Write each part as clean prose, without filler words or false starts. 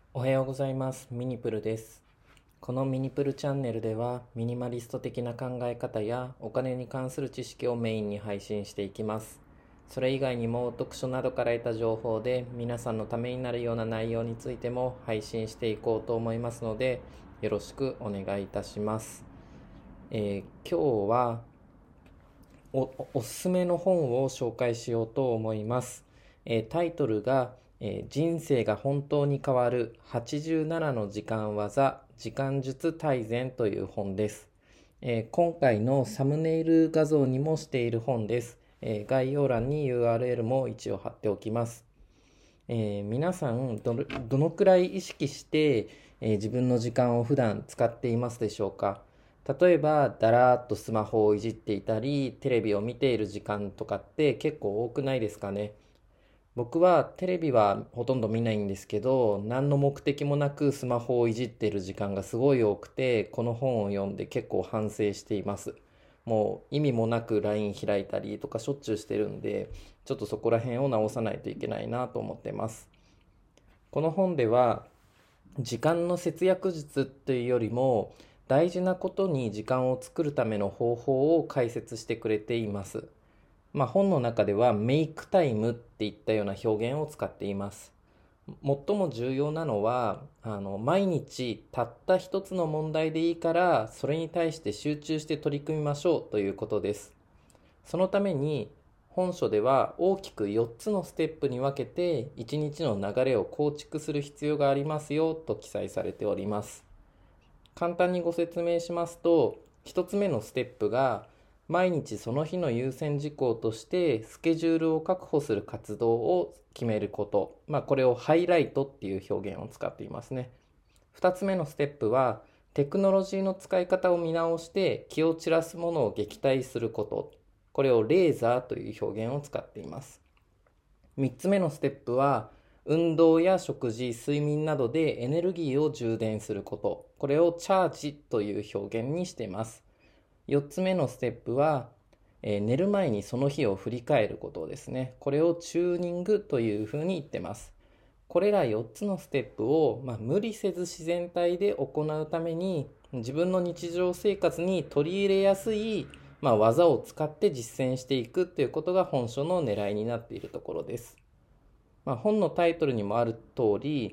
おはようございます。ミニプルです。このミニプルチャンネルでは、ミニマリスト的な考え方やお金に関する知識をメインに配信していきます。それ以外にも読書などから得た情報で皆さんのためになるような内容についても配信していこうと思いますので、よろしくお願いいたします。今日はおすすめの本を紹介しようと思います。タイトルが、人生が本当に変わる87の時間技時間術大全という本です。今回のサムネイル画像にもしている本です。概要欄に URL も一応貼っておきます。皆さんどのくらい意識して、自分の時間を普段使っていますでしょうか？例えばだらーっとスマホをいじっていたりテレビを見ている時間とかって結構多くないですかね？僕はテレビはほとんど見ないんですけど、何の目的もなくスマホをいじっている時間がすごい多くて、この本を読んで結構反省しています。もう意味もなく LINE 開いたりとかしょっちゅうしてるんで、ちょっとそこら辺を直さないといけないなと思ってます。この本では時間の節約術というよりも、大事なことに時間を作るための方法を解説してくれています。本の中ではメイクタイムっていったような表現を使っています。最も重要なのは毎日たった一つの問題でいいからそれに対して集中して取り組みましょうということです。そのために本書では大きく4つのステップに分けて1日の流れを構築する必要がありますよと記載されております。簡単にご説明しますと、1つ目のステップが毎日その日の優先事項としてスケジュールを確保する活動を決めること、これをハイライトっていう表現を使っていますね。2つ目のステップはテクノロジーの使い方を見直して気を散らすものを撃退すること、これをレーザーという表現を使っています。3つ目のステップは運動や食事、睡眠などでエネルギーを充電すること、これをチャージという表現にしています。4つ目のステップは、寝る前にその日を振り返ることですね。これをチューニングというふうに言ってます。これら4つのステップを、無理せず自然体で行うために自分の日常生活に取り入れやすい、技を使って実践していくということが本書の狙いになっているところです。本のタイトルにもある通り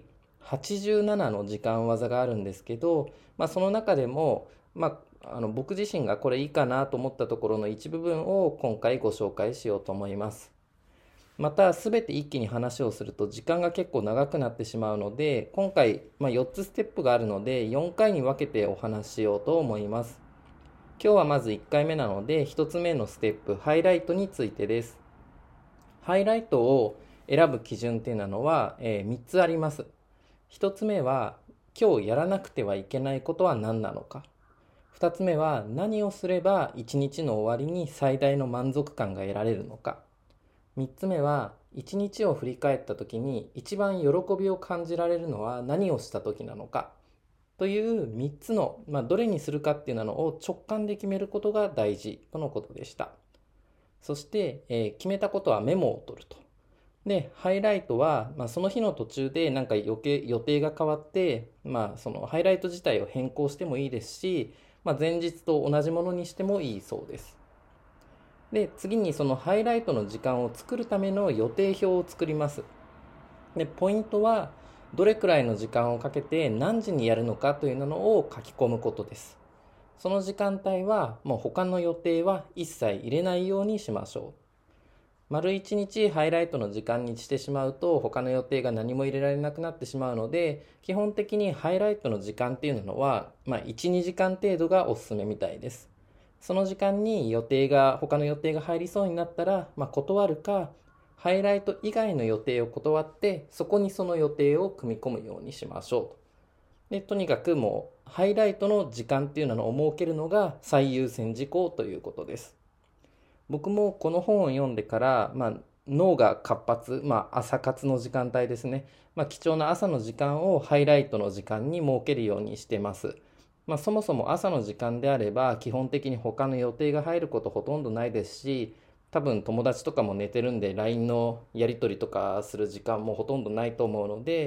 87の時間技があるんですけど、その中でも、僕自身がこれいいかなと思ったところの一部分を今回ご紹介しようと思います。また全て一気に話をすると時間が結構長くなってしまうので、今回、4つステップがあるので4回に分けてお話ししようと思います。今日はまず1回目なので1つ目のステップハイライトについてです。ハイライトを選ぶ基準っていうのは、3つあります。1つ目は今日やらなくてはいけないことは何なのか。2つ目は何をすれば1日の終わりに最大の満足感が得られるのか。3つ目は1日を振り返った時に一番喜びを感じられるのは何をした時なのかという3つの、どれにするかっていうのを直感で決めることが大事とのことでした。そして、決めたことはメモを取ると。で、ハイライトは、その日の途中でなんか予定が変わって、そのハイライト自体を変更してもいいですし、前日と同じものにしてもいいそうです。で、次にそのハイライトの時間を作るための予定表を作ります。で、ポイントは、どれくらいの時間をかけて何時にやるのかというのを書き込むことです。その時間帯はもう他の予定は一切入れないようにしましょう。丸一日ハイライトの時間にしてしまうと他の予定が何も入れられなくなってしまうので、基本的にハイライトの時間っていうのは、1、2時間程度がおすすめみたいです。その時間に他の予定が入りそうになったら、断るか、ハイライト以外の予定を断って、そこにその予定を組み込むようにしましょう。で、とにかくもう、ハイライトの時間っていうのを設けるのが最優先事項ということです。僕もこの本を読んでから、脳が活発、朝活の時間帯ですね。貴重な朝の時間をハイライトの時間に設けるようにしてます。そもそも朝の時間であれば、基本的に他の予定が入ることほとんどないですし、多分友達とかも寝てるんで LINE のやり取りとかする時間もほとんどないと思うので、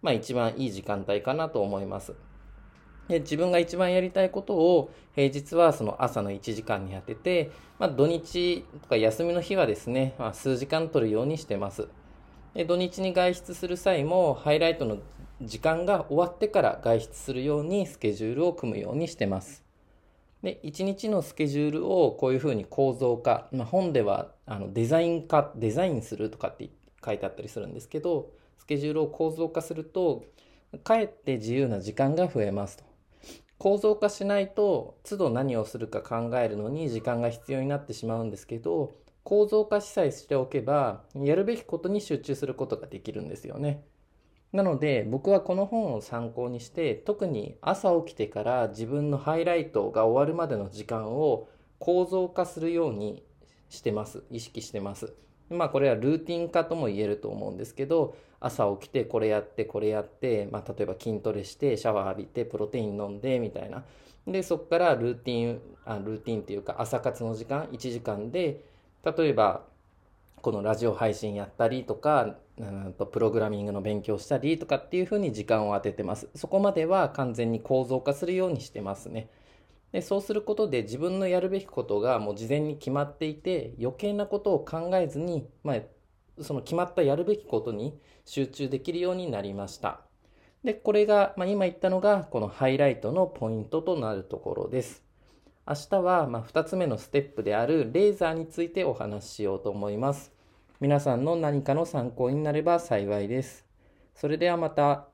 一番いい時間帯かなと思います。で、自分が一番やりたいことを平日はその朝の1時間に当てて、土日とか休みの日はですね、数時間取るようにしてます。で、土日に外出する際もハイライトの時間が終わってから外出するようにスケジュールを組むようにしてます。で、1日のスケジュールをこういうふうに構造化、本ではデザインするとかって書いてあったりするんですけど、スケジュールを構造化すると、かえって自由な時間が増えますと。構造化しないと都度何をするか考えるのに時間が必要になってしまうんですけど、構造化しさえしておけばやるべきことに集中することができるんですよね。なので僕はこの本を参考にして、特に朝起きてから自分のハイライトが終わるまでの時間を構造化するようにしてます。意識してます。これはルーティン化とも言えると思うんですけど、朝起きてこれやってこれやって、例えば筋トレしてシャワー浴びてプロテイン飲んでみたいな。でそこからルーティンっていうか朝活の時間1時間で、例えばこのラジオ配信やったりとか、プログラミングの勉強したりとかっていう風に時間を当ててます。そこまでは完全に構造化するようにしてますね。で、そうすることで自分のやるべきことがもう事前に決まっていて、余計なことを考えずに、その決まったやるべきことに集中できるようになりました。で、これが、今言ったのがこのハイライトのポイントとなるところです。明日は2つ目のステップであるレーザーについてお話ししようと思います。皆さんの何かの参考になれば幸いです。それではまた。